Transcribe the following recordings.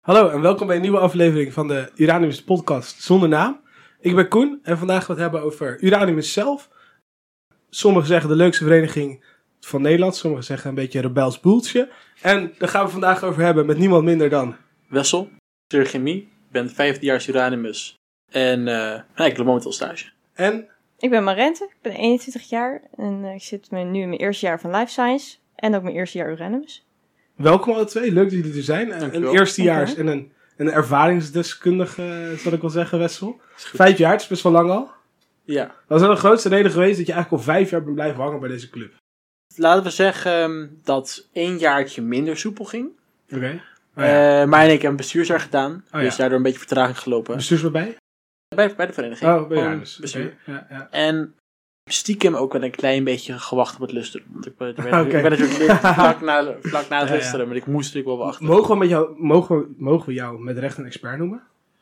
Hallo en welkom bij een nieuwe aflevering van de Uranimus podcast zonder naam. Ik ben Koen en vandaag gaan we het hebben over Uranimus zelf. Sommigen zeggen de leukste vereniging van Nederland, sommigen zeggen een beetje een rebels boeltje. En daar gaan we vandaag over hebben met niemand minder dan... Wessel, studie chemie, ik ben 15-jaars Uranimus en ik loop momenteel stage. En? Ik ben Marente, ik ben 21 jaar en ik zit nu in mijn eerste jaar van Life Science en ook mijn eerste jaar Uranimus. Welkom alle twee, leuk dat jullie er zijn. Dankjewel. Een eerstejaars en een ervaringsdeskundige, zal ik wel zeggen, Wessel. 5 jaar, het is best wel lang al. Ja. Wat is nou de grootste reden geweest dat je eigenlijk al 5 jaar bent blijven hangen bij deze club? Laten we zeggen dat 1 jaartje minder soepel ging. Oké. Maar ik heb een bestuursjaar gedaan, dus ja. daardoor een beetje vertraging gelopen. Bestuurs erbij? Bij de vereniging. Oh, bij Gewoon Uranimus. bestuur. Okay. Ja. En stiekem ook wel een klein beetje gewacht op het lustrum. Want ik ben Oké. natuurlijk vlak na het lustrum, maar ik moest natuurlijk wel wachten. Mogen we jou met recht een expert noemen?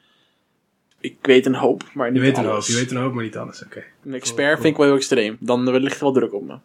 Ik weet een hoop, maar niet Je weet alles. een hoop, maar niet alles. Oké. Een expert vind ik wel heel extreem. Dan ligt er wel druk op me.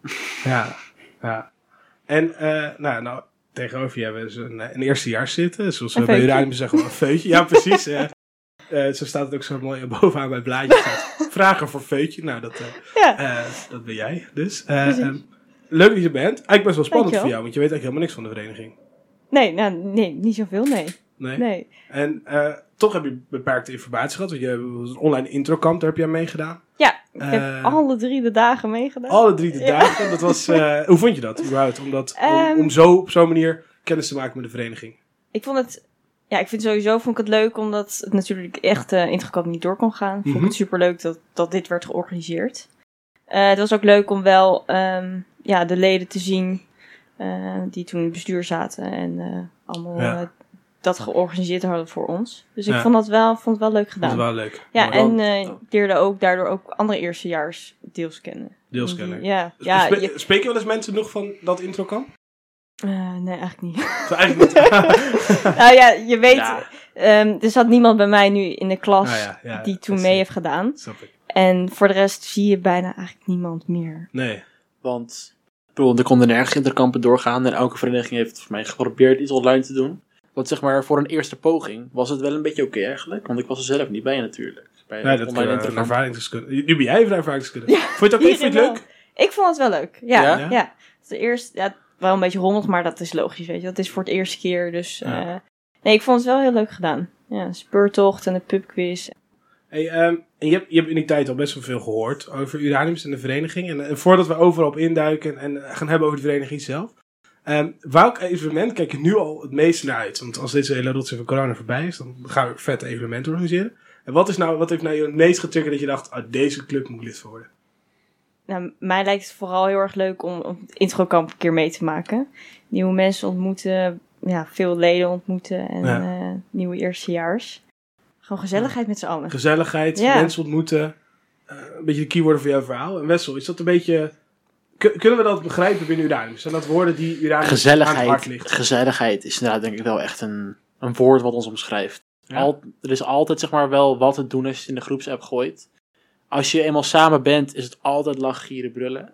Ja. En nou, tegenover je hebben we een eerstejaars zitten. Zoals we Een bij feutje. Uranimus zeggen, een feutje. Ja, precies. Zo staat het ook zo mooi bovenaan bij het blaadje. Staat, vragen voor feutje. Nou, dat ben jij dus. Leuk dat je er bent. Eigenlijk best wel spannend Dankjewel. voor jou, want je weet eigenlijk helemaal niks van de vereniging. Nee, niet zoveel, nee. En toch heb je beperkte informatie gehad. Want je hebt een online introkamp, daar heb jij mee gedaan. Ja, ik heb alle 3 de dagen meegedaan. Alle 3 de dagen. Dat was, hoe vond je dat überhaupt? Om zo op zo'n manier kennis te maken met de vereniging. Ik vind sowieso het leuk omdat het natuurlijk echt introkant niet door kon gaan. Vond ik het superleuk dat dit werd georganiseerd. Het was ook leuk om wel de leden te zien die toen in het bestuur zaten en allemaal dat georganiseerd hadden voor ons. Dus ik vond het wel leuk gedaan. Dat is wel leuk. Ja, Mooi. en ik leerde daardoor ook andere eerstejaars deels kennen. Deels kennen. Ja. Spreken wel eens mensen nog van dat introkamp? Nee, eigenlijk niet. Zo, eigenlijk niet. Nou ja, je weet, Ja. Er zat niemand bij mij nu in de klas die toen dat mee zie heeft gedaan. Snap ik. En voor de rest zie je bijna eigenlijk niemand meer. Nee. Want er konden nergens interkampen doorgaan en elke vereniging heeft voor mij geprobeerd iets online te doen. Want zeg maar, voor een eerste poging was het wel een beetje oké eigenlijk. Want ik was er zelf niet bij natuurlijk. Bij Nee, dat online kan een interkamp. ervaringsdeskundige. Nu ben jij even een ervaringsdeskundige. Ja, Vond je het ook vond je het hierin leuk? Ik vond het wel leuk. Ja. Ja? Het is eerst wel een beetje rommelig, maar dat is logisch, weet je. Dat is voor het eerste keer, dus... nee, ik vond het wel heel leuk gedaan. Ja, een speurtocht en een pubquiz. Hey, en je hebt in die tijd al best wel veel gehoord over Uranimus en de vereniging. En voordat we overal op induiken en gaan hebben over de vereniging zelf. Welk evenement kijk je nu al het meest naar uit? Want als deze hele rotzooi van corona voorbij is, dan gaan we vette evenementen organiseren. En wat heeft nou je het meest getriggerd dat je dacht, deze club moet ik lid voor worden? Nou, mij lijkt het vooral heel erg leuk om het introkamp een keer mee te maken. Nieuwe mensen ontmoeten, veel leden ontmoeten en nieuwe eerstejaars. Gewoon gezelligheid met z'n allen. Gezelligheid, mensen ontmoeten. Een beetje de keyworden voor jouw verhaal. En Wessel, is dat een beetje... Kunnen we dat begrijpen binnen Uranimus? Zijn dat woorden die Uranimus aan het hart ligt? Gezelligheid is inderdaad denk ik wel echt een woord wat ons omschrijft. Ja. Er is altijd zeg maar wel wat te doen als je het in de groepsapp gooit. Als je eenmaal samen bent, is het altijd lachen, gieren, brullen.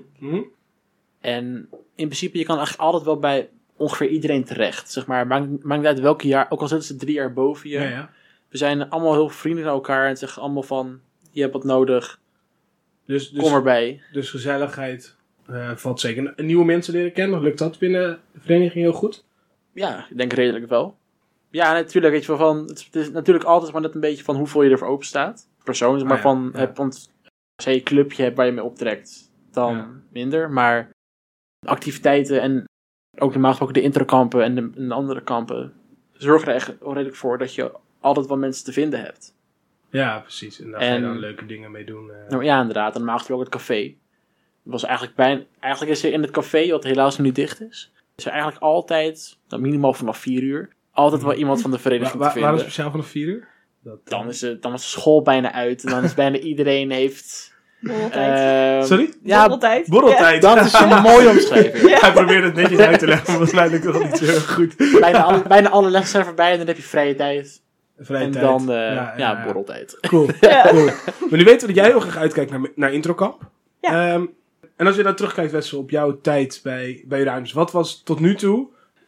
En in principe, je kan eigenlijk altijd wel bij ongeveer iedereen terecht. Zeg maar, maakt niet uit welke jaar, ook al zitten ze 3 jaar boven je. Ja. We zijn allemaal heel vriendelijk naar elkaar en zeggen allemaal van, je hebt wat nodig, Dus kom erbij. Dus gezelligheid valt zeker. En nieuwe mensen leren kennen, lukt dat binnen de vereniging heel goed? Ja, ik denk redelijk wel. Ja, natuurlijk, weet je wel van, het is natuurlijk altijd maar net een beetje van hoeveel je ervoor open staat. Persoonlijk, maar want als je een clubje hebt waar je mee optrekt, dan minder. Maar activiteiten en ook normaal gesproken de introkampen en de andere kampen zorgen er echt redelijk voor dat je altijd wel mensen te vinden hebt. Ja, precies. En daar ga je dan leuke dingen mee doen. Nou ja, inderdaad. En normaal gesproken het café. Het was eigenlijk is er in het café, wat helaas nu dicht is er eigenlijk altijd, minimaal vanaf 4 uur, altijd wel iemand van de vereniging te vinden. Waarom speciaal vanaf 4 uur? Dan is de school bijna uit en dan is bijna iedereen heeft... Borreltijd. Sorry? Ja, Borreltijd. dat is een mooie omschrijving. Hij probeerde het netjes uit te leggen, maar waarschijnlijk nog niet zo heel goed. Bijna alle lessen zijn voorbij en dan heb je vrije tijd. Vrije en tijd. dan borreltijd. Cool. Cool. Maar nu weten we dat jij heel graag uitkijkt naar introkamp. Ja. En als je dan terugkijkt, Wessel, op jouw tijd bij Uranimus, wat was tot nu toe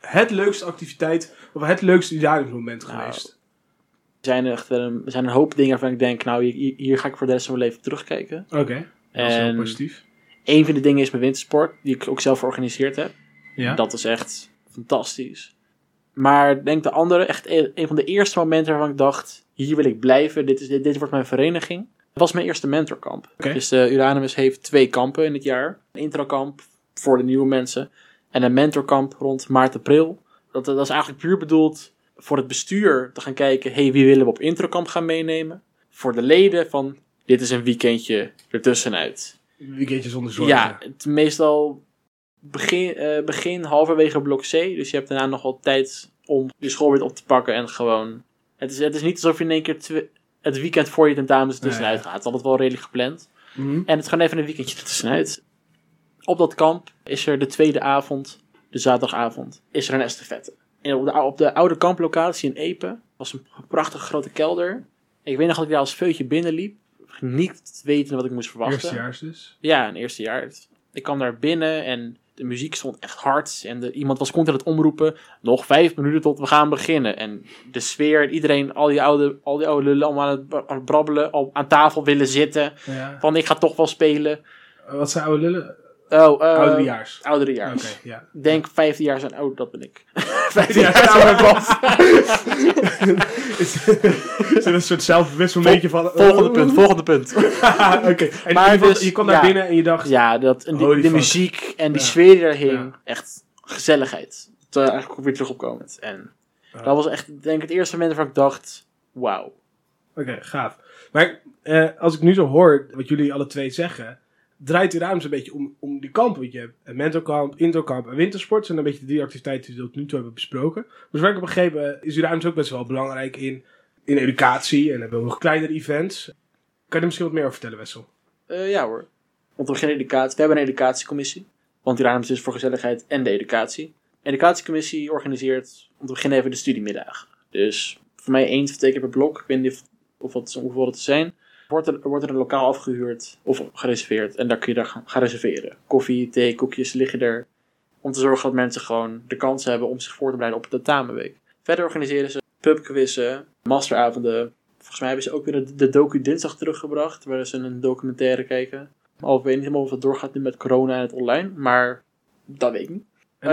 het leukste activiteit of het leukste Udariumsmoment geweest? Er zijn een hoop dingen waarvan ik denk, nou, hier ga ik voor de rest van mijn leven terugkijken. Oké, dat is heel positief. Een van de dingen is mijn wintersport, die ik ook zelf georganiseerd heb. Ja. Dat is echt fantastisch. Maar ik denk de andere, echt een van de eerste momenten waarvan ik dacht, hier wil ik blijven, dit wordt mijn vereniging. Dat was mijn eerste mentorkamp. Okay. Dus de Uranus heeft 2 kampen in het jaar. Een introkamp voor de nieuwe mensen en een mentorkamp rond maart, april. Dat is eigenlijk puur bedoeld voor het bestuur te gaan kijken, wie willen we op introkamp gaan meenemen? Voor de leden van, dit is een weekendje ertussenuit. Een weekendje zonder zorgen. Ja, meestal begin halverwege blok C. Dus je hebt daarna nog wel tijd om je school weer op te pakken en gewoon... Het is niet alsof je in één keer het weekend voor je tentamens ertussenuit gaat. Het is altijd wel redelijk gepland. Mm-hmm. En het is gewoon even een weekendje ertussenuit. Op dat kamp is er de tweede avond, de zaterdagavond, is er een estafette. En op de oude kamplocatie in Epe was een prachtige grote kelder. Ik weet nog dat ik daar als feutje binnenliep. Niet weten wat ik moest verwachten. Eerstejaars dus? Ja, een eerstejaars. Ik kwam daar binnen en de muziek stond echt hard. En iemand was constant aan het omroepen. Nog 5 minuten tot we gaan beginnen. En de sfeer, iedereen, al die oude lullen allemaal aan het brabbelen. Al aan tafel willen zitten. Ja. Van ik ga toch wel spelen. Wat zijn oude lullen? Ouderejaars. Oké, ja. Denk 15 jaar zijn oud, dat ben ik. 15 jaar zijn ouder Bas. Is er een soort zelfbewust momentje van... Volgende punt. Oké, en Maar je kwam daar binnen en je dacht... Ja, de muziek en die sfeer die daar hing. Echt gezelligheid. Eigenlijk ook weer terugopkomend. En dat was echt, denk ik, het eerste moment waarvan ik dacht... Wauw. Oké, gaaf. Maar als ik nu zo hoor wat jullie alle twee zeggen... draait u ruim een beetje om die kampen. Want je hebt een mentorkamp, introkamp en wintersport. zijn een beetje de 3 activiteiten die we tot nu toe hebben besproken. Maar zoals ik heb begrepen is u ruim ook best wel belangrijk in educatie. En hebben we nog kleinere events. Kan je er misschien wat meer over vertellen, Wessel? Ja hoor. Want we hebben een educatiecommissie. Want Uranus is voor gezelligheid en de educatie. De educatiecommissie organiseert om te beginnen even de studiemiddagen. Dus voor mij 1 of 2 keer per blok. Ik weet niet hoeveel het zijn. Wordt er een lokaal afgehuurd of gereserveerd en daar kun je gaan reserveren. Koffie, thee, koekjes liggen er. Om te zorgen dat mensen gewoon de kans hebben om zich voor te bereiden op de tentamenweek. Verder organiseren ze pubquizzen, masteravonden. Volgens mij hebben ze ook weer de docu dinsdag teruggebracht. Waar ze een documentaire kijken. Al weet niet helemaal of het doorgaat nu met corona en het online. Maar dat weet ik niet.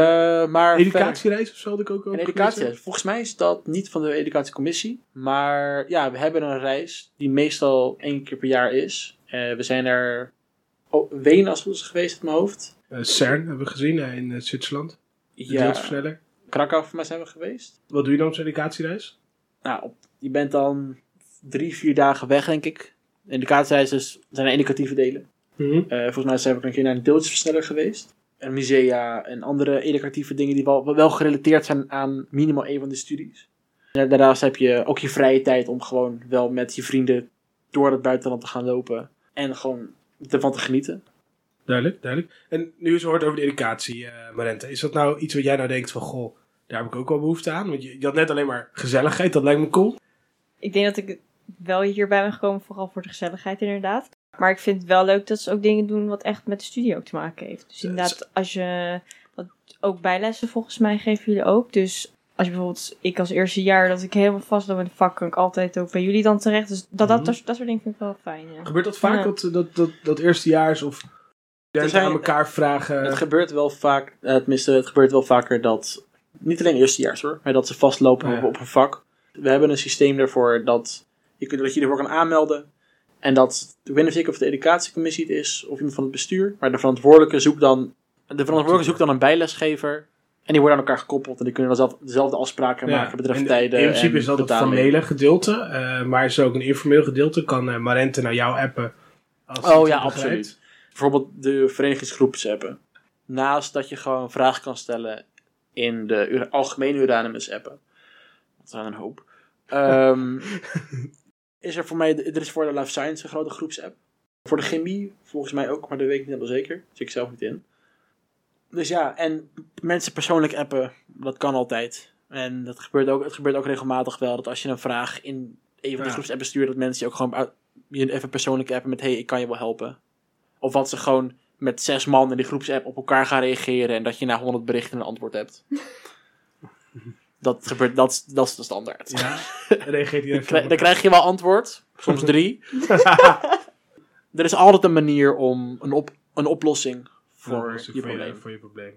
Maar educatiereis of zo had ik ook een educatiereis. Volgens mij is dat niet van de educatiecommissie. Maar ja, we hebben een reis die meestal 1 keer per jaar is. We zijn er Wenen als het goed is geweest uit mijn hoofd. CERN hebben we gezien in Zwitserland. De deeltversneller. Krakau voor mij zijn we geweest. Wat doe je dan op zo'n educatiereis? Nou, je bent dan 3-4 dagen weg, denk ik. De educatiereizen zijn er educatieve delen. Mm-hmm. Volgens mij zijn we een keer naar een deeltjesversneller geweest. En musea en andere educatieve dingen die wel gerelateerd zijn aan minimaal 1 van de studies. En daarnaast heb je ook je vrije tijd om gewoon wel met je vrienden door het buitenland te gaan lopen. En gewoon ervan te genieten. Duidelijk. En nu is hoort over de educatie, Marente. Is dat nou iets wat jij nou denkt van, goh, daar heb ik ook wel behoefte aan? Want je had net alleen maar gezelligheid, dat lijkt me cool. Ik denk dat ik wel hierbij ben gekomen, vooral voor de gezelligheid inderdaad. Maar ik vind het wel leuk dat ze ook dingen doen wat echt met de studie ook te maken heeft. Dus inderdaad, als je... ook bijlessen volgens mij geven jullie ook. Dus als je bijvoorbeeld... Ik als eerste jaar dat ik helemaal vastloop met een vak... kan ik altijd ook bij jullie dan terecht. Dus dat soort dingen vind ik wel fijn. Ja. Gebeurt dat vaak, dat eerstejaars of... mensen aan elkaar vragen? Het gebeurt wel vaak... tenminste, het gebeurt wel vaker dat... Niet alleen eerstejaars hoor. Maar dat ze vastlopen op een vak. We hebben een systeem daarvoor dat je ervoor kan aanmelden. En dat, ik weet niet zeker of de educatiecommissie het is, of iemand van het bestuur, maar de verantwoordelijke zoekt dan een bijlesgever. En die worden aan elkaar gekoppeld en die kunnen dan dezelfde afspraken maken betreffende tijden. In principe is dat het formele gedeelte, maar is er ook een informeel gedeelte. Kan Marente naar jou appen? Absoluut. Bijvoorbeeld de verenigingsgroepjes appen. Naast dat je gewoon vragen kan stellen in de algemene Uranus appen. Dat zijn een hoop. Is er voor mij, er is voor de Life Science een grote groepsapp. Voor de chemie volgens mij ook, maar dat weet ik niet helemaal zeker. Daar zit ik zelf niet in. Dus ja, en mensen persoonlijk appen, dat kan altijd. En het gebeurt ook regelmatig wel, dat als je een vraag in een van de groepsappen stuurt, dat mensen je ook gewoon je even persoonlijk appen met, hey, ik kan je wel helpen. Of wat ze gewoon met 6 man in die groepsapp op elkaar gaan reageren en dat je na 100 berichten een antwoord hebt. Dat gebeurt, dat is de standaard. Ja, reageert hij Dan krijg je wel antwoord, soms 3. Er is altijd een manier om een oplossing voor je probleem. Voor je probleem.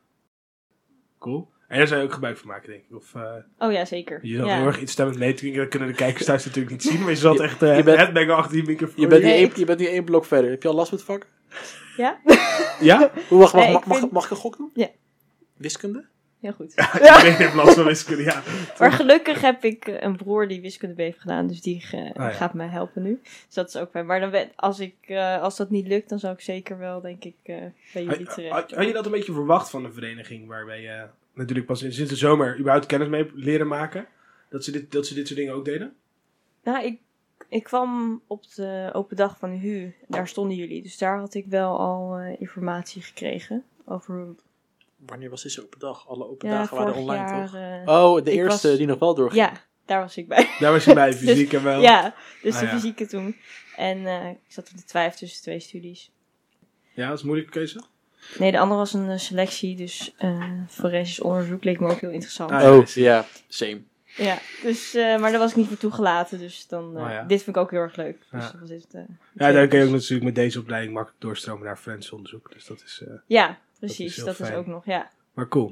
Cool. En daar zou je ook gebruik van maken, denk ik. Of, Oh ja, zeker. je zat Ja. heel erg instemmend mee te klinken. Dat kunnen de kijkers thuis natuurlijk niet zien. Maar je zat echt je bent- headbanger achter die microfoon. Je bent nu 1 blok verder. Heb je al last met vakken? Ja? Ja? Mag Nee, ik vind- ik een gok doen? Ja. Wiskunde? Heel goed. Ik ben in plaats van wiskunde, ja. Maar gelukkig heb ik een broer die wiskunde B heeft gedaan. Dus die ja. gaat mij helpen nu. Dus dat is ook fijn. Maar dan als dat niet lukt, dan zou ik zeker wel, denk ik, bij jullie terecht. Had je dat een beetje verwacht van een vereniging waarbij je natuurlijk pas sinds de zomer überhaupt kennis mee leren maken? Dat ze dit soort dingen ook deden? Nou, ik kwam op de open dag van de HU. Daar stonden jullie. Dus daar had ik wel al informatie gekregen over... Wanneer was deze open dag? Alle open Ja, dagen waren vorig online, jaar, toch? De ik eerste was- die nog wel doorging. Ja, daar was ik bij. Daar was je bij, fysiek en wel. Ja, dus Ah, de ja. fysieke toen. En ik zat op de twijfel tussen 2 studies. Ja, dat is een moeilijke keuze. Nee, de andere was een selectie. Dus forensisch onderzoek leek me ook heel interessant. Ah, Oh, ja, same. Ja, dus, maar daar was ik niet voor toegelaten. Dus dan, Oh, ja. dit vind ik ook heel erg leuk. Dus Ja. dat was dit, Ja, daar kun je ook natuurlijk met deze opleiding makkelijk doorstromen naar forensisch onderzoek. Dus dat is... Ja, precies. heel Dat is fijn. ook nog, ja. Maar cool.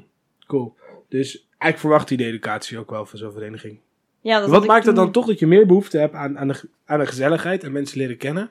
Dus eigenlijk verwacht die educatie ook wel van zo'n vereniging. Ja, dat Wat had ik maakt het toen- dan toch dat je meer behoefte hebt aan de gezelligheid en mensen leren kennen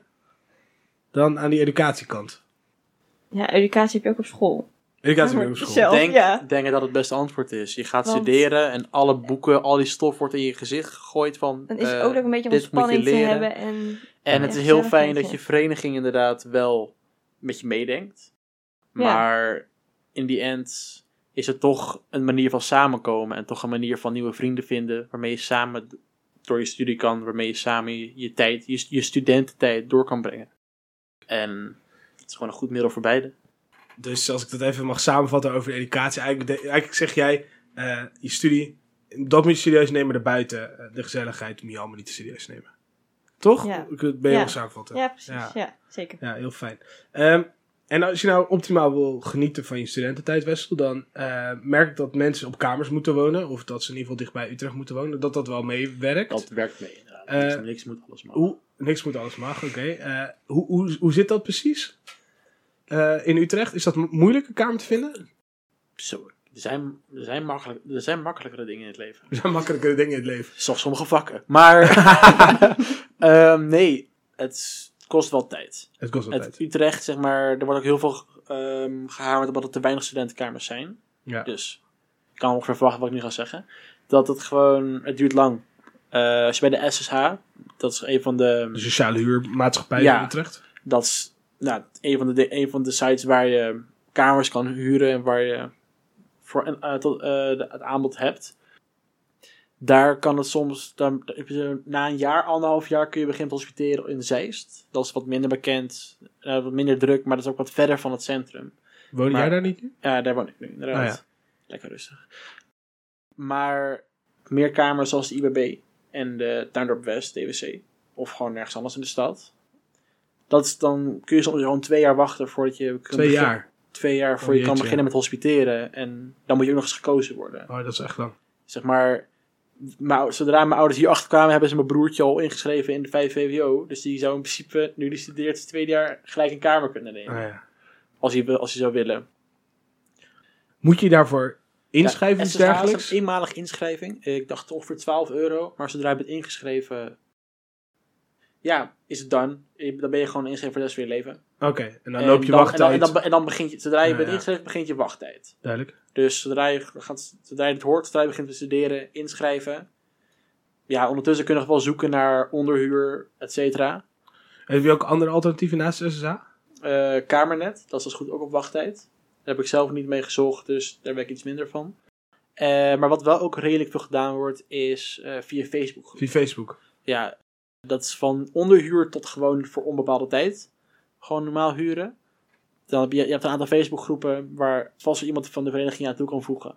dan aan die educatiekant? Ja, educatie heb je ook op school. Educatie heb je op school. Zelf, ja. Denk dat het beste antwoord is. Je gaat Want- studeren en alle boeken, al die stof wordt in je gezicht gegooid van... Dan is het ook nog een beetje om dit moet je spanning te leren. hebben. En ja, het is heel fijn gezelligheid, dat ja. je vereniging inderdaad wel met je meedenkt. Ja. Maar in die end is het toch een manier van samenkomen. En toch een manier van nieuwe vrienden vinden. Waarmee je samen door je studie kan. Waarmee je samen je tijd, je studententijd door kan brengen. En het is gewoon een goed middel voor beide. Dus als ik dat even mag samenvatten over de educatie. Eigenlijk zeg jij, je studie, dat moet je serieus nemen daarbuiten. De gezelligheid moet je allemaal niet te serieus nemen. Toch? Ja. Ik ben je Ja. wel samenvatten. Ja, precies. Ja. Ja, zeker. Ja, heel fijn. En als je nou optimaal wil genieten van je studententijd, Wessel, dan merk ik dat mensen op kamers moeten wonen. Of dat ze in ieder geval dicht bij Utrecht moeten wonen. Dat wel meewerkt. Dat werkt mee inderdaad. Niks moet alles maken. Niks moet alles mag, oké. Hoe zit dat precies? In Utrecht? Is dat moeilijk, een kamer te vinden? Zo, er zijn makkelijkere dingen in het leven. Er zijn makkelijkere dingen in het leven. Zoals sommige vakken. Maar nee, het kost wel tijd. Het kost wel tijd. Utrecht, zeg maar, er wordt ook heel veel gehamerd omdat er te weinig studentenkamers zijn. Ja. Dus ik kan ongeveer verwachten wat ik nu ga zeggen. Dat het duurt lang. Als je bij de SSH, dat is een van de... De sociale huurmaatschappij Ja. in Utrecht. Dat is een van de sites waar je kamers kan huren en waar je voor het aanbod hebt. Daar kan het soms, na een jaar, 1,5 jaar kun je beginnen te hospiteren in Zeist. Dat is wat minder bekend, wat minder druk, maar dat is ook wat verder van het centrum. Woon jij daar niet nu? Ja, daar woon ik nu, inderdaad. Ah, ja. Lekker rustig. Maar meer kamers zoals de IBB en de Tuindorp West, TWC, of gewoon nergens anders in de stad. Dan kun je soms gewoon 2 jaar wachten voordat je kunt 2 jaar. 2 jaar voor je kan beginnen met hospiteren. En dan moet je ook nog eens gekozen worden. Oh, dat is echt lang. Zeg maar, zodra mijn ouders hier achter kwamen, hebben ze mijn broertje al ingeschreven in de 5 VWO. Dus die zou in principe, nu die studeert, het 2e jaar gelijk een kamer kunnen nemen. Ah, ja. Als hij zou willen. Moet je daarvoor inschrijven, iets SSH is dergelijks? een eenmalige inschrijving. Ik dacht ongeveer €12. Maar zodra je bent ingeschreven, ja, is het dan. Dan ben je gewoon ingeschreven voor de rest van je leven. Oké, en dan loop je wachttijd. En dan begint je, zodra je bent Ja. ingeschreven, begint je wachttijd. Duidelijk. Dus zodra je het hoort, zodra je begint te studeren, inschrijven. Ja, ondertussen kun je nog wel zoeken naar onderhuur, et cetera. Heb je ook andere alternatieven naast SSH? Kamernet, dat is als goed ook op wachttijd. Daar heb ik zelf niet mee gezocht, dus daar ben ik iets minder van. Maar wat wel ook redelijk veel gedaan wordt, is via Facebook. Via Facebook. Ja, dat is van onderhuur tot gewoon voor onbepaalde tijd. Gewoon normaal huren. Dan heb je hebt een aantal Facebookgroepen waar vast wel iemand van de vereniging aan toe kan voegen.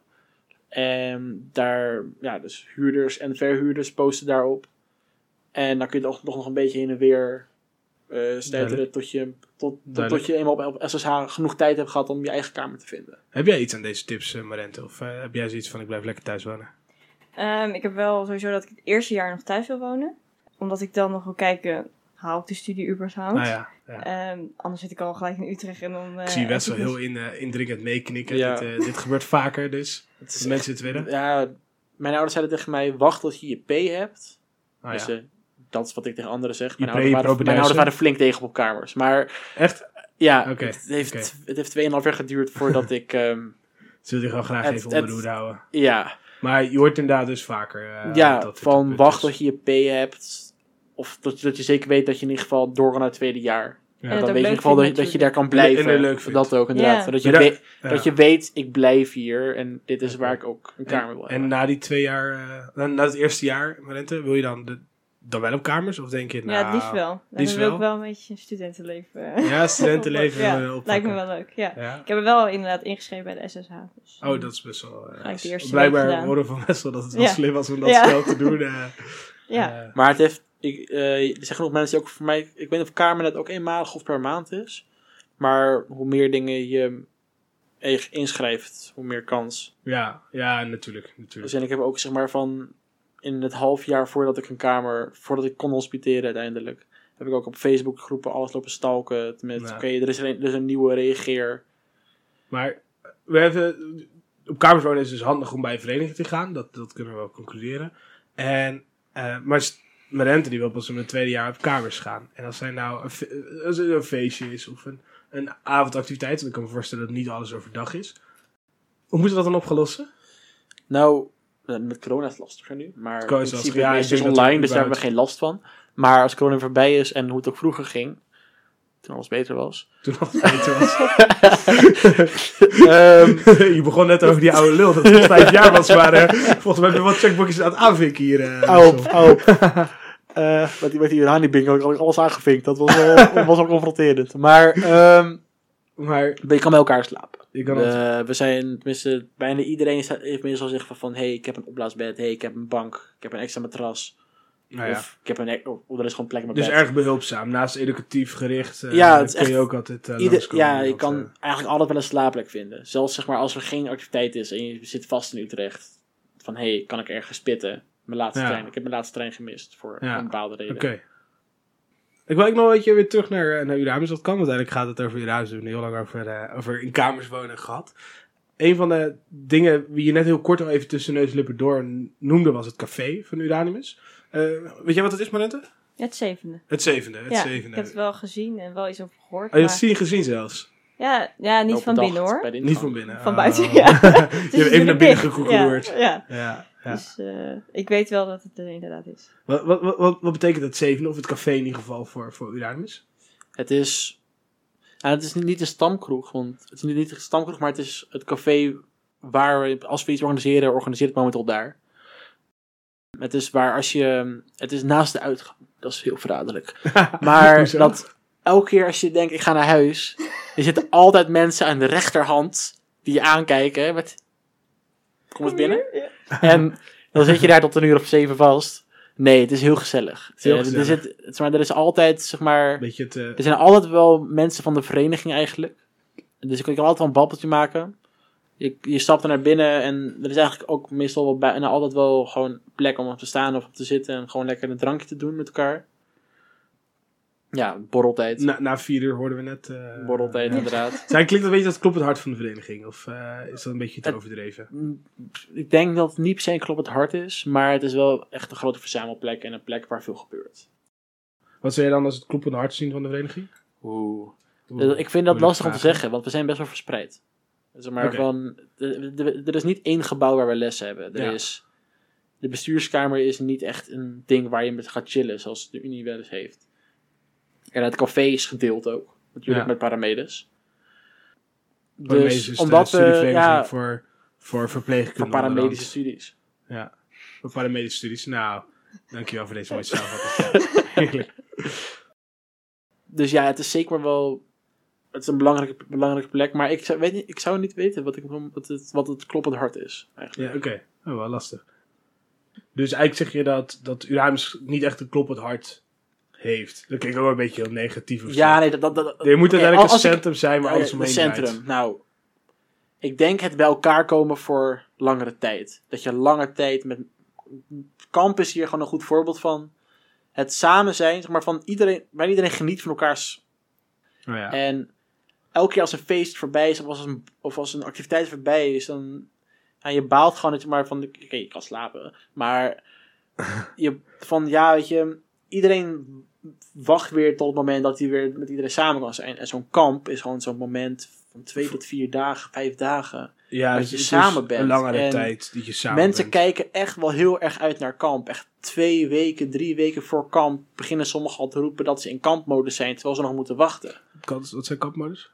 En daar, ja, dus huurders en verhuurders posten daarop. En dan kun je toch nog een beetje heen en weer stuiteren tot je eenmaal op SSH genoeg tijd hebt gehad om je eigen kamer te vinden. Heb jij iets aan deze tips, Marente? Of heb jij zoiets van, ik blijf lekker thuis wonen? Ik heb wel sowieso dat ik het eerste jaar nog thuis wil wonen. Omdat ik dan nog wil kijken, haal ik de studie überhaupt? Nou ja. Anders zit ik al gelijk in Utrecht en dan... Ik zie best wel heel indringend meeknikken. Ja. Dit gebeurt vaker, dus. Dat mensen het willen. Ja, mijn ouders zeiden tegen mij, wacht tot je je P hebt. Ah, Dus ja. dat is wat ik tegen anderen zeg. Je Mijn ouders waren flink tegen op kamers. Maar Echt? ja, Oké, het heeft 2,5 jaar geduurd voordat ik... Zul je gewoon graag even onder de hoede houden. Ja. Maar je hoort inderdaad dus vaker. Van wacht tot je je P hebt. Of dat je zeker weet dat je in ieder geval door kan naar het tweede jaar. Ja. En Dan ook weet je in leuk ieder geval vindt dat je daar kan blijven. En leuk vindt. Dat ook inderdaad. Ja. Dat je weet, ik blijf hier. En dit is waar ik ook een kamer wil En hebben. na die 2 jaar, na het eerste jaar, Marente, wil je dan wel op kamers? Of denk je, Ja, het liefst wel. liefst Dan wil wel? ik wel een beetje een studentenleven. Ja, studentenleven Ja, oppakken. lijkt me wel leuk, ja. Ja? Ik heb er wel inderdaad ingeschreven bij de SSH. Dus, Oh, dat is best wel... Gelijk de eerste week blijkbaar gedaan. horen van best wel dat het wel Ja. slim was om dat Ja. snel te doen. ja. Maar het heeft... er zijn genoeg mensen die ook voor mij... Ik weet niet of Kamernet ook eenmalig of per maand is. Maar hoe meer dingen je inschrijft, hoe meer kans. Ja, natuurlijk. Dus en ik heb ook zeg maar van... In het half jaar voordat ik kon hospiteren uiteindelijk... Heb ik ook op Facebook groepen alles lopen stalken. Met Ja. oké, er is een nieuwe reageer. Maar we hebben... Op kamers wonen is het dus handig om bij een vereniging te gaan. Dat kunnen we wel concluderen. Maar Marente die wil pas in het tweede jaar op kamers gaan. En als er nou als er een feestje is of een avondactiviteit... dan kan ik me voorstellen dat niet alles overdag is. Hoe moeten we dat dan opgelossen? Nou, met corona is het lastiger nu. Maar Corona in is principe lastiger. Ja, is ik het denk dat online, we dus daar hebben we geen last van. Maar als corona voorbij is en hoe het ook vroeger ging... Toen alles beter was. Toen nog beter was. Je begon net over die oude lul dat het 5 jaar was. Maar volgens mij heb je wat checkboxjes aan het aanvinken hier. Hou op. Met die Honey-bingo had ik alles aangevinkt. Dat was wel confronterend. Maar maar je kan bij elkaar slapen. je kan We zijn, tenminste, bijna iedereen heeft meestal zeggen van... Hey, ik heb een opblaasbed. Hey, ik heb een bank. Ik heb een extra matras. nou ja. Of, ik heb of er is gewoon plek in mijn Dus bed. erg behulpzaam. Naast educatief gericht Ja, het is kun je echt- ook altijd langskomen. je kan eigenlijk altijd wel een slaapplek vinden. Zelfs zeg maar als er geen activiteit is en je zit vast in Utrecht. Van hey, kan ik ergens spitten? Mijn laatste Ja. trein. Ik heb mijn laatste trein gemist voor Ja. een bepaalde reden. Oké. Ik wil ook nog een beetje weer terug naar Uramus. Dat kan, want uiteindelijk gaat het over Uramus. We hebben het heel lang over in kamers wonen gehad. Een van de dingen die je net heel kort al even tussen neus en lippen door noemde was het café van Uranimus. Weet jij wat het is, Marente? Ja, het 7e. Het zevende. Ja, ik heb het wel gezien en wel iets over gehoord. Oh, je hebt maar- het gezien zelfs? Ja, niet Wel van bedacht binnen hoor. bij de Niet ingang. van binnen. Van Oh. buiten, ja. Je hebt even naar binnen gekoekeloerd. Ja. Ja. Dus ik weet wel dat het er inderdaad is. Wat betekent het zevende? Of het café in ieder geval voor Uranimus? Het is niet een stamkroeg. Want het is niet een stamkroeg, maar het is het café waar we, als we iets organiseren, organiseert het momenteel daar. Het is waar het is naast de uitgang. Dat is heel verraderlijk. Maar Hoezo? dat elke keer als je denkt, ik ga naar huis, er zitten altijd mensen aan de rechterhand die je aankijken met, kom eens binnen. Ja. En dan zit je daar tot 7:00 vast. Nee, het is heel gezellig. Heel gezellig. Er is altijd, zeg maar... Beetje het... Er zijn altijd wel mensen van de vereniging eigenlijk. Dus je kan altijd wel een babbeltje maken. Je stapt er naar binnen en er is eigenlijk ook meestal wel bijna altijd wel gewoon plek om op te staan of op te zitten. En gewoon lekker een drankje te doen met elkaar. Ja, borreltijd. Na 4 uur hoorden we net... Borreltijd inderdaad. Klinkt dat een beetje als klopt het hart van de vereniging? Of is dat een beetje te Het- overdreven? Ik denk dat het niet per se klopt het hart is. Maar het is wel echt een grote verzamelplek en een plek waar veel gebeurt. Wat zou jij dan als het kloppende hart zien van de vereniging? Oeh. Oeh, Ik vind dat moeilijke lastig om te vraag, zeggen, want we zijn best wel verspreid. Zeg maar Oké. er is niet één gebouw waar we les hebben. Ja. De bestuurskamer is niet echt een ding waar je met gaat chillen, zoals de Unie wel eens heeft. En het café is gedeeld ook, natuurlijk Ja. met Paramedes. Paramedes Dus is omdat de studievereniging ja, voor verpleegkunde. voor paramedische studies. Ja, voor paramedische studies. Nou, dankjewel voor deze mooie samenvatting. Heerlijk. Dus ja, het is zeker wel. Het is een belangrijke plek, maar ik zou niet weten wat het kloppend hart is. Eigenlijk. Ja, oké. Oh, wel lastig. Dus eigenlijk zeg je dat Uramus niet echt een kloppend hart heeft. Dat klinkt ook wel een beetje heel negatief of zo. Ja, nee, Je moet uiteindelijk een centrum zijn waar alles omheen het draait. centrum. Nou, ik denk het bij elkaar komen voor langere tijd. Dat je lange tijd met... Kamp is hier gewoon een goed voorbeeld van. Het samen zijn, zeg maar, van iedereen... Waar iedereen geniet van elkaars... Oh ja. En elke keer als een feest voorbij is, of als een activiteit voorbij is, dan... je baalt gewoon dat je maar van... Oké, je kan slapen. Maar... weet je... Iedereen wacht weer tot het moment dat hij weer met iedereen samen kan zijn. En zo'n kamp is gewoon zo'n moment van 2 tot 4 dagen, 5 dagen. Ja, dat je samen bent. Een langere en tijd dat je samen mensen bent. kijken echt wel heel erg uit naar kamp. Echt 2 weken, 3 weken voor kamp beginnen sommigen al te roepen dat ze in kampmodus zijn, terwijl ze nog moeten wachten. Wat zijn kampmodus?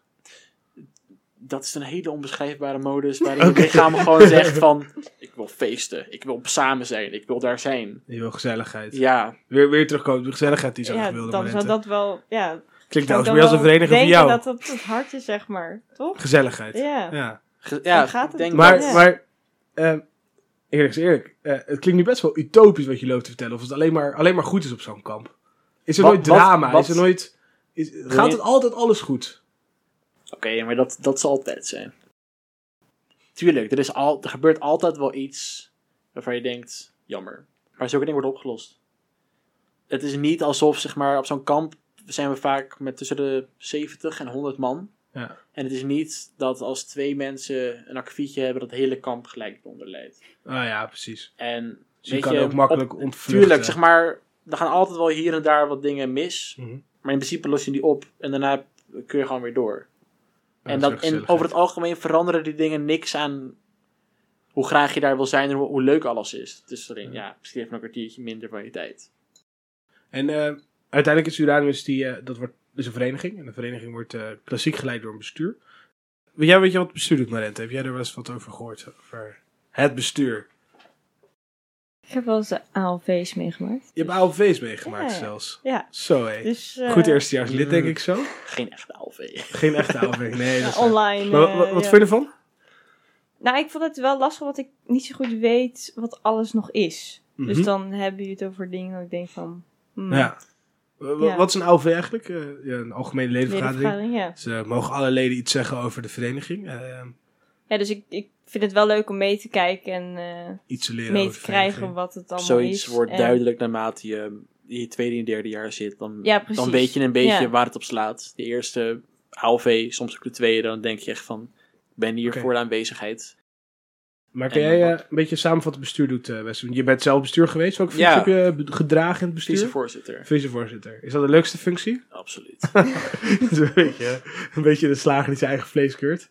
Dat is een hele onbeschrijfbare modus waarin het lichaam gewoon zegt van... Ik wil feesten, ik wil samen zijn, ik wil daar zijn. Je wil gezelligheid. Ja. Weer terugkomen, de gezelligheid die zo Ja, wilde. dan zou dat wel... Ja, klinkt trouwens meer als een vereniging van jou. Ik denk dat het hart is, zeg maar. Toch? Gezelligheid. Ja. Ja, gaat het. ik denk Maar, dat... maar eerlijk is eerlijk. Het klinkt nu best wel utopisch wat je loopt te vertellen. Of het alleen maar goed is op zo'n kamp. Is er nooit drama? Is er nooit... Gaat het altijd alles goed? Oké, maar dat zal altijd zijn. Tuurlijk, er gebeurt altijd wel iets waarvan je denkt, jammer. Maar zulke dingen worden opgelost. Het is niet alsof, zeg maar, op zo'n kamp zijn we vaak met tussen de 70 en 100 man. Ja. En het is niet dat als 2 mensen een akkefietje hebben, dat het hele kamp gelijk onder leidt. Ah ja, precies. En Dus je kan ook makkelijk ontvluchten. Tuurlijk, zeg maar, er gaan altijd wel hier en daar wat dingen mis. Mhm. Maar in principe los je die op en daarna kun je gewoon weer door. Ja, En over het algemeen veranderen die dingen niks aan hoe graag je daar wil zijn en hoe leuk alles is. Dus misschien even een kwartiertje minder van je tijd. En uiteindelijk is Uranus, is een vereniging. En de vereniging wordt klassiek geleid door een bestuur. Weet je wat het bestuur doet, Marente? Heb jij er wel eens wat over gehoord? Over het bestuur? Ik heb wel eens de ALV's meegemaakt. Je hebt ALV's meegemaakt zelfs? Ja. Zo hé. Dus, goed eerstejaarslid, denk ik zo. Geen echte ALV. Geen echte ALV, nee. Dat is online. wat vind je ervan? Nou, ik vond het wel lastig, want ik niet zo goed weet wat alles nog is. Dus dan hebben jullie het over dingen dat ik denk van... Ja. Wat is een ALV eigenlijk? Een algemene ledenvergadering. Ja. Dus mogen alle leden iets zeggen over de vereniging. Ja, dus ik vind het wel leuk om mee te kijken en iets te leren mee over te de krijgen wat het allemaal Zoiets is. wordt duidelijk naarmate je in je tweede en derde jaar zit. Dan weet je een beetje waar het op slaat. De eerste ALV, soms ook de tweede. Dan denk je echt van, ik ben hier voor de aanwezigheid. Maar kan jij een beetje samenvatten bestuur doet, Wes? Je bent zelf bestuur geweest. Welke functie heb je gedragen in het bestuur? Vicevoorzitter. Vicevoorzitter. Is dat de leukste functie? Absoluut. Dat is een beetje de slager die zijn eigen vlees keurt.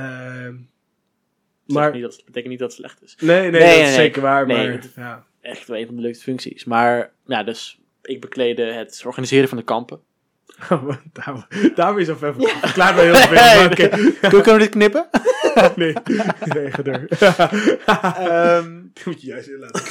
Maar dat betekent niet dat het slecht is. Nee, dat is zeker waar. Maar, echt wel een van de leukste functies. Maar ja, dus ik bekleedde het organiseren van de kampen. Daarom is het even klaar bij heel veel. Kunnen we dit knippen? Nee, ga door. Moet je juist inlaten.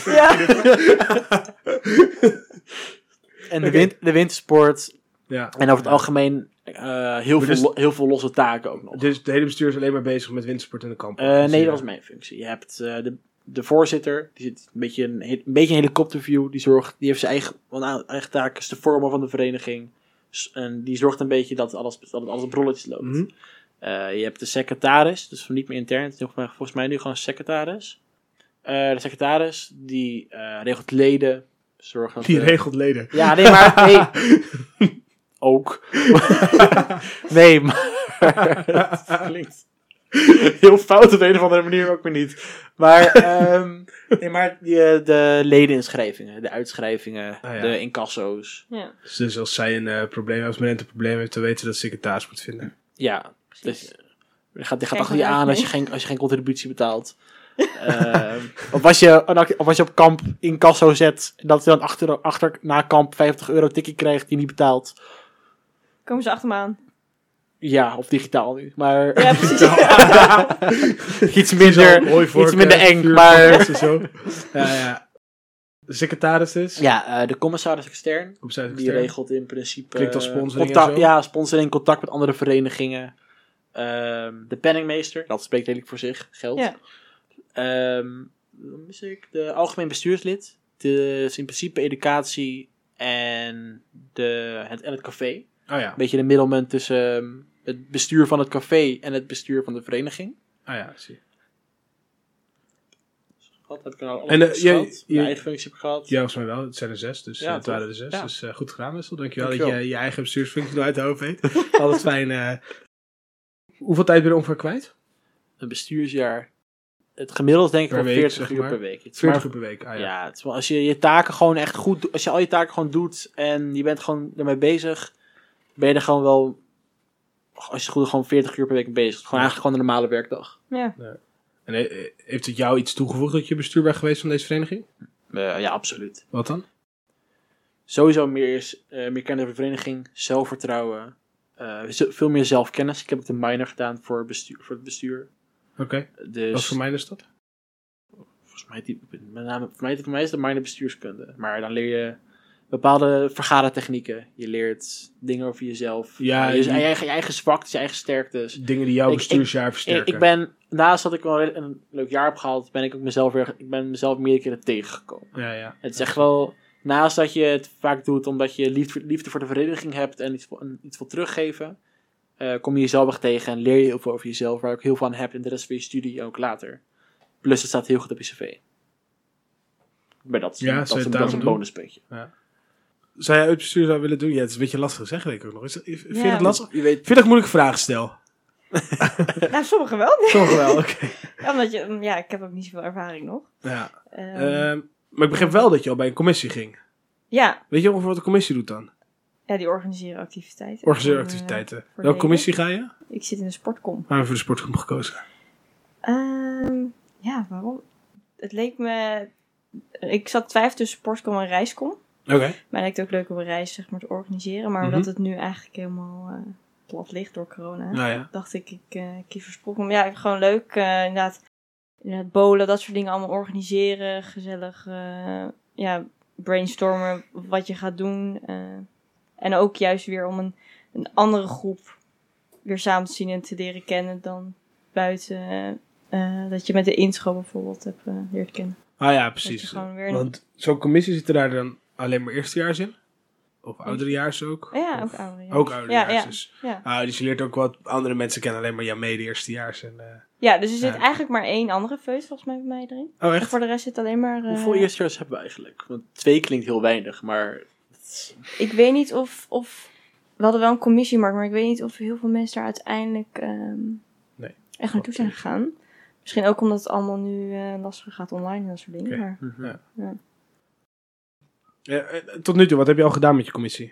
En de wintersport. Ja. En over het algemeen heel veel losse taken ook nog. Dus de hele bestuur is alleen maar bezig met wintersport en de kampen? Nee, dat was mijn functie. Je hebt de voorzitter, die zit een beetje een helikopterview. Die heeft zijn eigen taak, is de vormer van de vereniging. En die zorgt een beetje dat alles op rolletjes loopt. Mm-hmm. Je hebt de secretaris, dus niet meer intern. Het is volgens mij nu gewoon secretaris. De secretaris, die regelt leden. Regelt leden? Ja, nee, maar... Nee. Ook. Nee, maar... Het klinkt heel fout op de een of andere manier, ook weer niet. Maar, de ledeninschrijvingen, de uitschrijvingen, de incasso's. Ja. Dus als zij een probleem, als men een probleem heeft, dan weten ze dat de secretaris moet vinden. Ja, dus die gaat achter je aan als je geen contributie betaalt. Of als je op kamp incasso zet, dat je dan achter na kamp €50 tikkie krijgt die niet betaalt. Komen ze achter me aan? Ja, of digitaal nu. Maar ja, precies. iets minder eng. Maar zo. Ja. De secretaris dus? Ja, de commissaris extern. Die regelt in principe... Klinkt als sponsoring en zo? Ja, sponsoring, contact met andere verenigingen. De penningmeester, dat spreekt redelijk voor zich, geld. Ja. Dan mis ik de algemeen bestuurslid. Dus in principe educatie en het café. Oh ja. Een beetje de middelman tussen het bestuur van het café en het bestuur van de vereniging. Oh ja, zie. Heb ik nou En, alles gehad? Mijn eigen functie heb ik gehad. Ja, volgens mij wel. Het zijn er 6, dus Ja, het waren toch? er 6. Ja. Dus goed gedaan, Wessel. Dankjewel, Dankjewel. dat je je eigen bestuursfunctie nog uit de hoofd weet. Altijd fijn. Hoeveel tijd ben je ongeveer kwijt? Een bestuursjaar. Het gemiddelde is denk ik Per wel week, 40 zeg uur maar. per week. Het is 40 maar- uur per week. Ah, ja. Ja, het is wel, als je je taken gewoon echt goed doet, als je al je taken gewoon doet en je bent gewoon ermee bezig, ben je er gewoon wel, als je het goed doet, gewoon 40 uur per week mee bezig. Gewoon eigenlijk gewoon een normale werkdag. Ja. En heeft het jou iets toegevoegd dat je bestuur bent geweest van deze vereniging? Ja, absoluut. Wat dan? Sowieso meer kennis over de vereniging, zelfvertrouwen, veel meer zelfkennis. Ik heb ook de minor gedaan voor het bestuur. Oké. Dus, Wat voor mij is dat? volgens mij, voor mij is het minor bestuurskunde. Maar dan leer je bepaalde vergadertechnieken. Je leert dingen over jezelf. Ja, je eigen zwaktes, je eigen sterktes. Dingen die jouw Ik- bestuursjaar versterken. Ik ben, naast dat ik wel een leuk jaar heb gehad, ben ik ook mezelf meerdere keren tegengekomen. Ja. Het is echt wel, naast dat je het vaak doet omdat je liefde voor de vereniging hebt en iets wil teruggeven, kom je jezelf echt tegen en leer je heel veel over jezelf, waar je ook heel veel aan hebt in de rest van je studie en ook later. Plus het staat heel goed op je cv. Maar dat Ja, is zou je het een daarom doen? bonuspuntje. Zou jij het bestuur zou willen doen? Ja, het is een beetje lastig zeggen, denk ik ook nog. Vind je Ja. het lastig? Je weet, Vind je dat ik moeilijke vragen stel? Nou, sommigen wel. Toch wel, oké. Ja, omdat ik heb ook niet zoveel ervaring nog. Ja. Ehm, Maar ik begreep wel dat je al bij een commissie ging. ja. Weet je ongeveer wat de commissie doet dan? Ja, die organiseren activiteiten. Organiseren Voor, activiteiten. voor Welke leden. commissie ga je? Ik zit in de sportcom. Waarom heb je voor de sportgroep gekozen? Ja, waarom? Het leek me... Ik zat twijfelen tussen sportcom en reiscom. Oké. Mij lijkt het ook leuk om een reis zeg maar, te organiseren. Maar Mhm. omdat het nu eigenlijk helemaal plat ligt door corona... Nou ja. dacht ik kies voor sportcom. Ja, gewoon leuk. Inderdaad, bowlen, dat soort dingen allemaal organiseren. Gezellig brainstormen wat je gaat doen. En ook juist weer om een andere groep weer samen te zien en te leren kennen dan buiten... dat je met de intro bijvoorbeeld hebt leerd kennen. Ah ja, Dat precies. je gewoon weer Want zo'n commissie zit er daar dan alleen maar eerstejaars in? Of ouderejaars ook? Ja, Of ook ouder. ook ouderejaars. Ja. Dus. Ja. Dus je leert ook wat andere mensen kennen, alleen maar jouw mede-eerstejaars. Ja, dus er zit Ja. eigenlijk maar één andere feut volgens mij bij mij erin. Oh, En echt? voor de rest zit alleen maar... hoeveel eerstejaars hebben we eigenlijk? Want 2 klinkt heel weinig, maar Ik weet niet of... We hadden wel een commissiemarkt, maar ik weet niet of heel veel mensen daar uiteindelijk Nee. echt naartoe zijn gegaan. Misschien ook omdat het allemaal nu lastiger gaat online en dat soort dingen. Oké. Maar, Ja. Tot nu toe, wat heb je al gedaan met je commissie?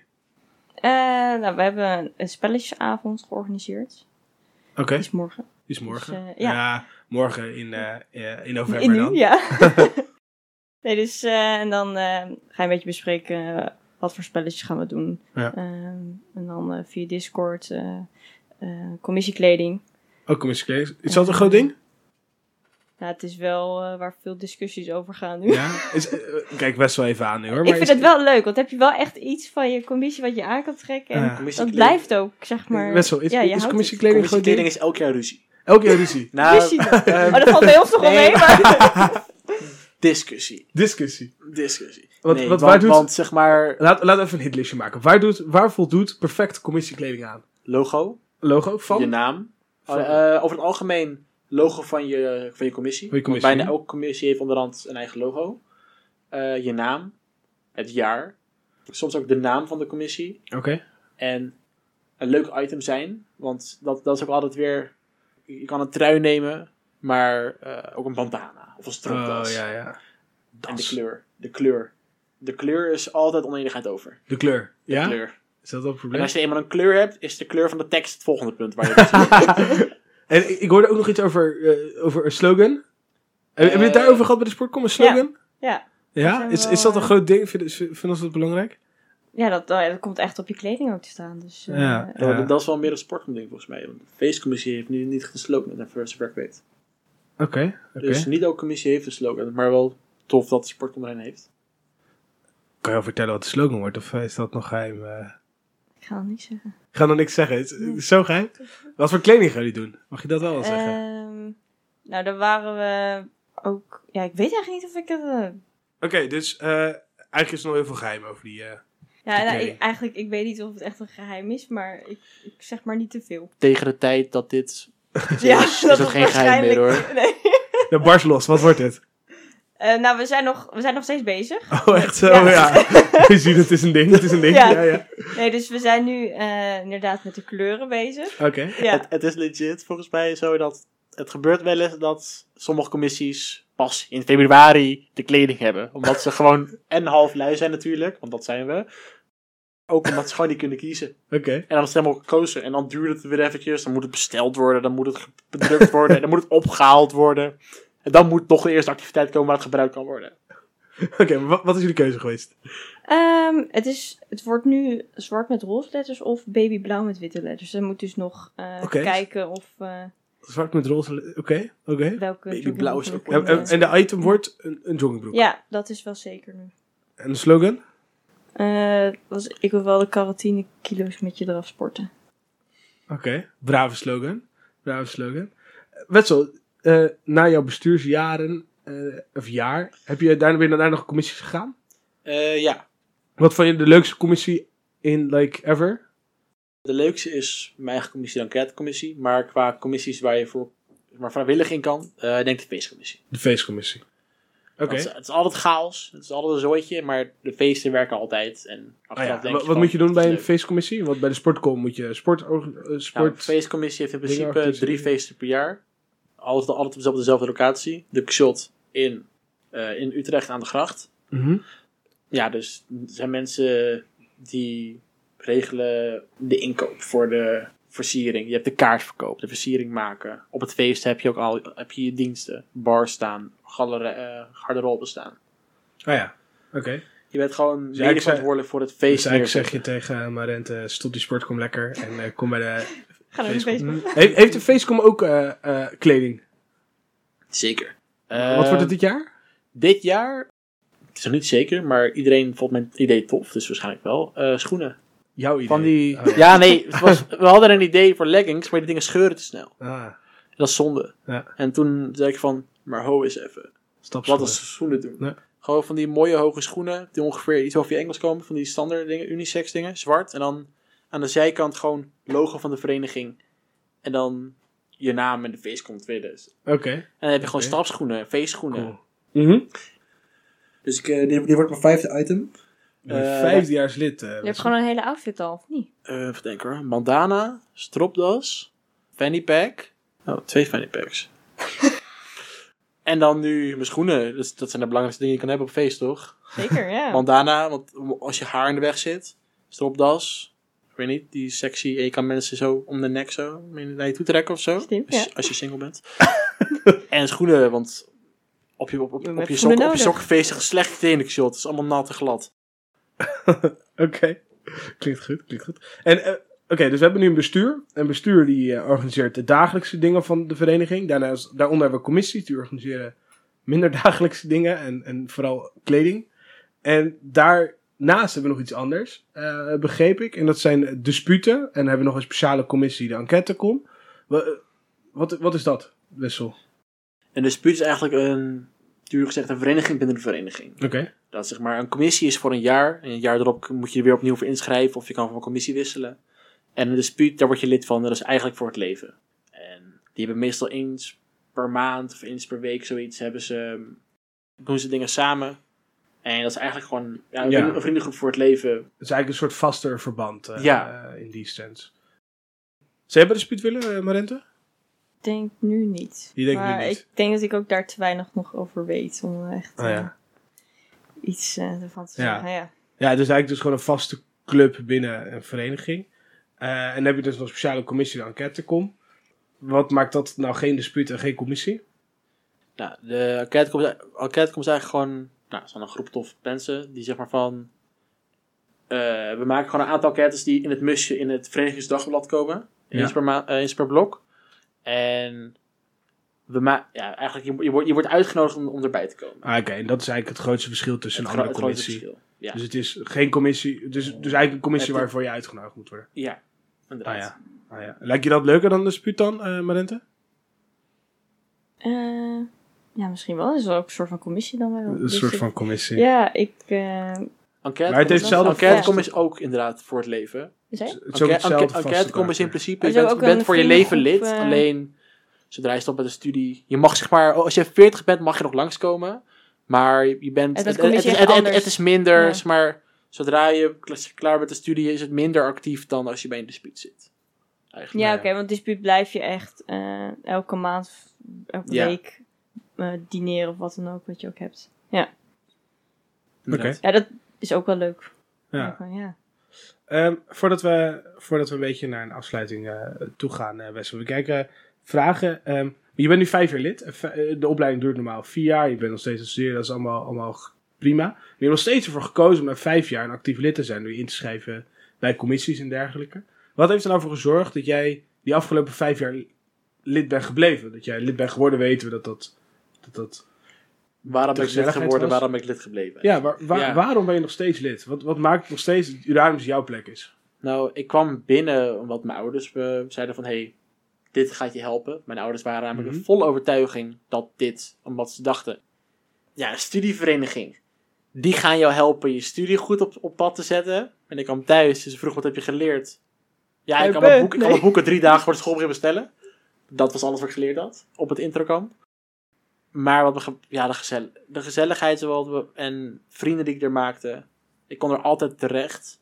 we hebben een spelletjesavond georganiseerd. Oké, Die is morgen. die is morgen. Dus, ja. Morgen in november In nu, dan. ja. Nee, dus en dan ga je een beetje bespreken wat voor spelletjes gaan we doen. Ja. En dan via Discord commissiekleding. Ook commissiekleding. Is dat een groot ding? Nou, het is wel waar veel discussies over gaan nu. Ja. Kijk best wel even aan nu hoor. Ik vind het wel leuk, want heb je wel echt iets van je commissie wat je aan kan trekken. En dat commissiekleding- blijft ook, zeg maar. Best wel. Is houdt commissiekleding een groot commissiekleding ding? is elk jaar ruzie. Elke jaar ruzie. Nou, Ruzie dan. Oh, dat valt bij ons toch wel nee. mee, maar... discussie. Discussie. Want waar doet- want zeg maar, Laten we even een hitlistje maken. Waar voldoet perfect commissiekleding aan? logo, Logo van? je naam. Van- Over het algemeen logo van je commissie. Van je commissie, Want bijna ja. elke commissie heeft onderhand een eigen logo. Je naam, het jaar, soms ook de naam van de commissie. Oké. En een leuk item zijn, want dat is ook altijd weer... Je kan een trui nemen, maar ook een bandana of een stropdas. Oh, ja. En de kleur. De kleur is altijd oneenigheid over. De kleur. De Ja? kleur. Is dat wel een En probleem? als je eenmaal een kleur hebt, is de kleur van de tekst het volgende punt waar je En ik hoorde ook nog iets over een slogan. Hebben we het daarover gehad bij de Sportcom? Een slogan? Ja, Ja? zijn Is wel, dat een groot ding? Vinden ze dat belangrijk? ja dat komt echt op je kleding ook te staan. Dus, Ja. Dat is wel meer een sportding volgens mij. Want de feestcommissie heeft nu niet een slogan, naar zover ik weet. Oké. Dus niet elke commissie heeft een slogan, maar wel tof dat de sportcom er een heeft. Kan je al vertellen wat de slogan wordt? Of is dat nog geheim? Ik ga het niet zeggen. Ik ga nog niks zeggen. Het is zo geheim. Wat voor kleding gaan jullie doen? Mag je dat wel zeggen? Nou, daar waren we ook... Ja, ik weet eigenlijk niet of ik het... Oké, dus eigenlijk is er nog heel veel geheim over Ja, nou, kleding. ik weet niet of het echt een geheim is, maar ik zeg maar niet te veel. Tegen de tijd dat dit Ja, is dat geen geheim meer hoor. Nee. Ja, barst los, wat wordt het? Nou, we zijn nog steeds bezig. Oh, echt zo? Ja. Ja. Je ziet, het is een ding. Het is een ding. Ja. Ja. Nee, dus we zijn nu inderdaad met de kleuren bezig. Oké. Ja. Het is legit volgens mij zo dat het gebeurt wel eens dat sommige commissies pas in februari de kleding hebben. Omdat ze gewoon en half lui zijn natuurlijk, want dat zijn we. Ook omdat ze gewoon niet kunnen kiezen. Oké. En dan is het helemaal gekozen. En dan duurt het weer eventjes. Dan moet het besteld worden. Dan moet het bedrukt worden. Dan moet het opgehaald worden. En dan moet toch de eerste activiteit komen waar het gebruikt kan worden. Oké, maar wat is jullie keuze geweest? Het wordt nu zwart met roze letters of babyblauw met witte letters. Dan moet dus nog Oké. kijken of Zwart met roze. Oké. welke... Babyblauw is ook En de item wordt een joggingbroek. Ja, dat is wel zeker nu. En de slogan? Ik wil wel de caratine kilo's met je eraf sporten. Oké. Brave slogan. Wetsel, na jouw bestuursjaren, of jaar, ben je daarna nog commissies gegaan? Ja. Wat vond je de leukste commissie in, ever? De leukste is mijn eigen commissie, de enquêtecommissie. Maar qua commissies waar je maar vrijwillig in kan, denk ik de feestcommissie. De feestcommissie. Oké. Het is altijd chaos. Het is altijd een zooitje. Maar de feesten werken altijd. En achteraf denk Wat moet je doen bij een feest? feestcommissie? Want bij de sportcom moet je Nou, de feestcommissie heeft in principe organiseren. 3 feesten per jaar. Altijd op dezelfde locatie. De Xot in Utrecht aan de Gracht. Mhm. Ja, dus er zijn mensen die regelen de inkoop voor de versiering. Je hebt de kaartverkoop, de versiering maken. Op het feest heb je je diensten. Bar staan, garderobe staan. Ah ja, oké. Je bent gewoon Dus mede verantwoordelijk voor het feest. Dus eigenlijk zeg je tegen Marente, stop die sportcom lekker en kom bij de Ga naar de feestcom. feestcom. Heeft de feestcom ook kleding? Zeker. Wat wordt het dit jaar? Dit jaar, het is nog niet zeker, maar iedereen vond mijn idee tof, dus waarschijnlijk wel. Schoenen. Jouw idee? Van die... Oh, ja. Ja, nee, we hadden een idee voor leggings, maar die dingen scheuren te snel. Ah, Dat is zonde. Ja. En toen zei ik van, maar ho eens even. stap Wat als schoenen doen? Nee. Gewoon van die mooie hoge schoenen, die ongeveer iets over je enkels komen, van die standaard dingen, unisex dingen, zwart. En dan aan de zijkant gewoon logo van de vereniging. En dan je naam en de feestcom 2000. Oké. En dan heb je gewoon Oké. stapschoenen, feestschoenen. Cool. Mhm. Dus die wordt mijn 5e item. Vijfdejaarslid. Je hebt gewoon een hele outfit al, of niet? Even denken hoor. Bandana, stropdas, fanny pack. Oh, 2 fanny packs. En dan nu mijn schoenen. Dus dat zijn de belangrijkste dingen die je kan hebben op feest, toch? Zeker, ja. Bandana, want als je haar in de weg zit. Stropdas. Ik weet niet, die is sexy. En je kan mensen zo om de nek zo naar je toe trekken of zo. Stimmt, als, ja. als je single bent. En schoenen, want op je schoenen sokken sokkenfeest slecht tenenkshot. Het is allemaal nat en glad. Oké. Klinkt goed. En oké, dus we hebben nu een bestuur. Een bestuur die organiseert de dagelijkse dingen van de vereniging. Daaronder hebben we commissies die organiseren minder dagelijkse dingen en vooral kleding. En daarnaast hebben we nog iets anders, begreep ik. En dat zijn disputen. En dan hebben we nog een speciale commissie, de enquêtecom. Wat is dat, Wessel? En de dispuut is eigenlijk een vereniging binnen de vereniging. Oké. Dat zeg maar een commissie is voor een jaar. En een jaar erop moet je er weer opnieuw voor inschrijven. Of je kan van commissie wisselen. En een dispuut, daar word je lid van. Dat is eigenlijk voor het leven. En die hebben meestal eens per maand of eens per week zoiets. Doen ze dingen samen. En dat is eigenlijk gewoon een vriendengroep voor het leven. Het is eigenlijk een soort vaster verband Ja. in die sense. Zou jij bij dispuut willen, Marente? Ik denk nu niet. Je denkt maar nu niet. ik denk dat ik ook daar te weinig nog over weet om echt Ja. iets ervan te Ja. zeggen. Ja. Ja, het is eigenlijk dus gewoon een vaste club binnen een vereniging. En dan heb je dus nog een speciale commissie, de enquêtecom. Wat maakt dat nou geen dispuut en geen commissie? Nou, de enquêtecom is eigenlijk gewoon... Nou, het is een groep tof mensen die zeg maar van... we maken gewoon een aantal enquêtes die in het musje in het verenigingsdagblad komen. Ja. Eens per blok. En eigenlijk je wordt uitgenodigd om erbij te komen. Ah, oké, en dat is eigenlijk het grootste verschil tussen een andere Het grote commissie. verschil. Ja. Dus het is geen commissie, het is dus eigenlijk een commissie waarvoor je uitgenodigd moet worden. Ja, inderdaad. Ah ja. Lijkt je dat leuker dan de dispuut dan, Marente? Ja, misschien wel. Dat is wel ook een soort van commissie dan wel. Een soort van commissie. Ja, Maar het heeft hetzelfde Enquêtecom is ook inderdaad voor het leven. Is hij? Het is ook hetzelfde vaste Enquêtecom is in karakter. principe, Er je is ook bent een voor je leven vriendengroep, lid. Alleen, zodra je stopt met de studie... Je mag zeg maar, als je 40 bent, mag je nog langskomen. Maar je bent... Het is minder, Ja. zeg maar... Zodra je klaar bent met de studie, is het minder actief dan als je bij een dispuut zit. Eigenlijk. Ja, Ja. oké, want dispuut blijf je echt elke maand, elke Ja. week dineren of wat dan ook, wat je ook hebt. Ja, Inderdaad. ja dat is ook wel leuk. Ja. Ja. Voordat we een beetje naar een afsluiting toe gaan, Wessel. We kijken vragen. Je bent nu 5 jaar lid. De opleiding duurt normaal 4 jaar. Je bent nog steeds aan het studeren. Dat is allemaal prima. Maar je hebt nog steeds ervoor gekozen om na 5 jaar een actief lid te zijn. Door je in te schrijven bij commissies en dergelijke. Wat heeft er nou voor gezorgd dat jij die afgelopen 5 jaar lid bent gebleven? Dat jij lid bent geworden, weten we dat Waarom ben ik lid gezelligheid geworden, was? waarom ben ik lid gebleven? Ja, Ja. waarom ben je nog steeds lid? Wat maakt nog steeds dat Uranus jouw plek is? Nou, ik kwam binnen omdat mijn ouders zeiden van... Hey, dit gaat je helpen. Mijn ouders waren namelijk in volle overtuiging dat dit... Omdat ze dachten... Ja, een studievereniging. Die gaan jou helpen je studie goed op pad te zetten. En ik kwam thuis en ze vroeg, wat heb je geleerd? Ja, ik kan mijn boeken 3 dagen voor de school beginnen bestellen. Dat was alles wat ik geleerd had. Op het introkamp. Maar de gezelligheid en vrienden die ik er maakte. Ik kon er altijd terecht.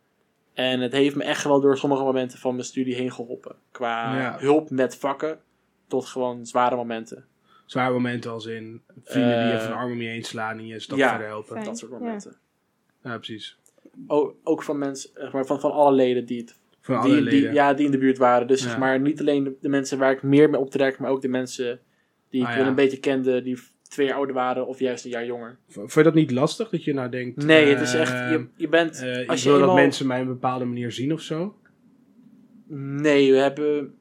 En het heeft me echt wel door sommige momenten van mijn studie heen geholpen. Qua hulp met vakken tot gewoon zware momenten. Zware momenten als in vrienden die je van arm om je heen slaan en je stap verder helpen. Fijn. Dat soort momenten. Ja, precies. Ook van mensen, maar van alle leden die in de buurt waren. Dus zeg maar niet alleen de mensen waar ik meer mee optrek, maar ook de mensen die ik een beetje kende, die 2 jaar ouder waren of juist een jaar jonger. Vond je dat niet lastig, dat je nou denkt... Nee, het is echt, je bent... ik wil dat mensen mij op een bepaalde manier zien of zo? Nee, we hebben...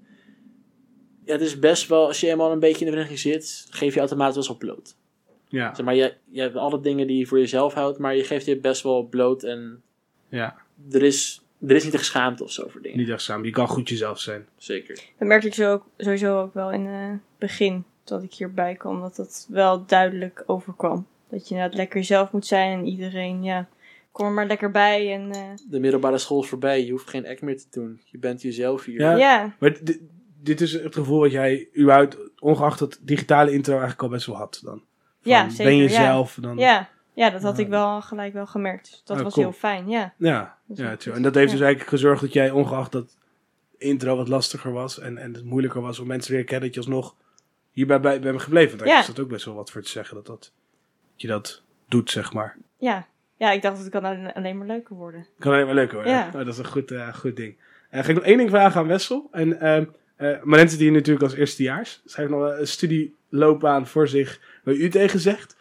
Ja, het is best wel, als je eenmaal een beetje in de vereniging zit, geef je automatisch wel eens op bloot. Ja. Zeg maar, je hebt alle dingen die je voor jezelf houdt, maar je geeft je best wel bloot en Ja. er is niet echt schaamte of zo voor dingen. Niet echt samen. Je kan goed jezelf zijn. Zeker. Dat merkte ik sowieso ook wel in het begin, dat ik hierbij kwam, dat het wel duidelijk overkwam. Dat je inderdaad lekker jezelf moet zijn en iedereen, kom er maar lekker bij. En, De middelbare school is voorbij, je hoeft geen act meer te doen. Je bent jezelf hier. Ja. Maar dit is het gevoel wat jij überhaupt, ongeacht het digitale intro, eigenlijk al best wel had dan. Ja, zeker. Ben je zelf dan... Ja, dat had ik wel gelijk wel gemerkt. Dus dat was cool. heel fijn, ja. Ja, en dat heeft dus eigenlijk gezorgd dat jij, ongeacht dat intro wat lastiger was en het moeilijker was om mensen te leren kennen, dat je alsnog hierbij bent gebleven. Want eigenlijk is dat ook best wel wat voor te zeggen, dat je dat doet, zeg maar. Ja, ik dacht dat het kan alleen maar leuker worden. Kan alleen maar leuker worden. Ja. Nou, dat is een goed ding. Ga ik nog 1 ding vragen aan Wessel. Marijn zit hier natuurlijk als eerstejaars. Zij heeft nog een studieloopbaan voor zich, waar u tegen zegt.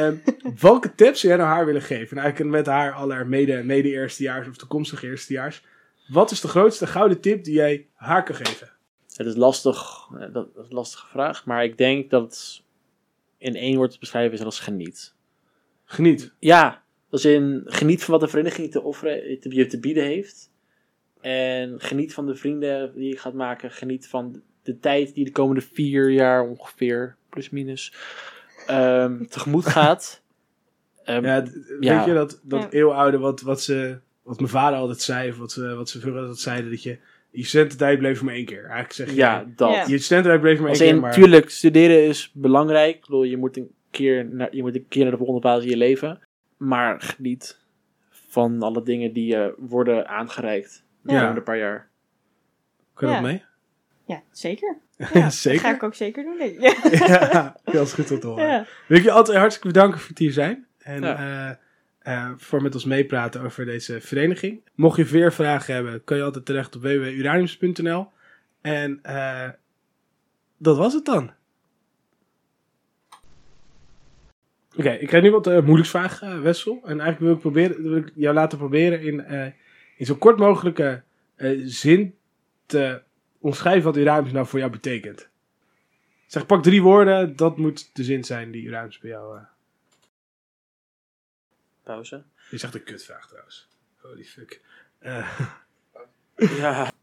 Welke tips zou jij nou haar willen geven? En eigenlijk met haar aller mede-eerstejaars of toekomstige eerstejaars. Wat is de grootste gouden tip die jij haar kan geven? Het is lastig, dat is een lastige vraag, maar ik denk dat het in 1 woord te beschrijven is, en dat is geniet. Geniet. Ja, als in geniet van wat de vereniging te bieden heeft. En geniet van de vrienden die je gaat maken. Geniet van de tijd die de komende 4 jaar ongeveer, plus minus, tegemoet gaat. Weet je, dat eeuwenoude wat mijn vader altijd zei, of wat ze vroeger altijd zeiden, dat je studententijd bleef maar 1 keer. Eigenlijk zeg je, dat. Ja. je studententijd bleef maar 1 keer, maar... Tuurlijk, studeren is belangrijk. Ik bedoel, je moet een keer naar de volgende fase in je leven. Maar geniet van alle dingen die je worden aangereikt de komende paar jaar. Kan je dat mee? Ja, zeker. Zeker? Dat ga ik ook zeker doen, denk ik. Ja, dat is goed om te horen. Ja. Wil ik je altijd hartstikke bedanken voor het hier zijn. En voor met ons meepraten over deze vereniging. Mocht je weer vragen hebben, kan je altijd terecht op www.uraniums.nl. En dat was het dan. Oké, ik krijg nu wat moeilijksvragen, Wessel. En eigenlijk wil ik jou laten proberen in zo kort mogelijke zin te omschrijven wat Uranus nou voor jou betekent. Zeg, pak 3 woorden, dat moet de zin zijn die Uranus bij jou... Pauze. Je zegt een kutvraag trouwens. Holy fuck. Ja.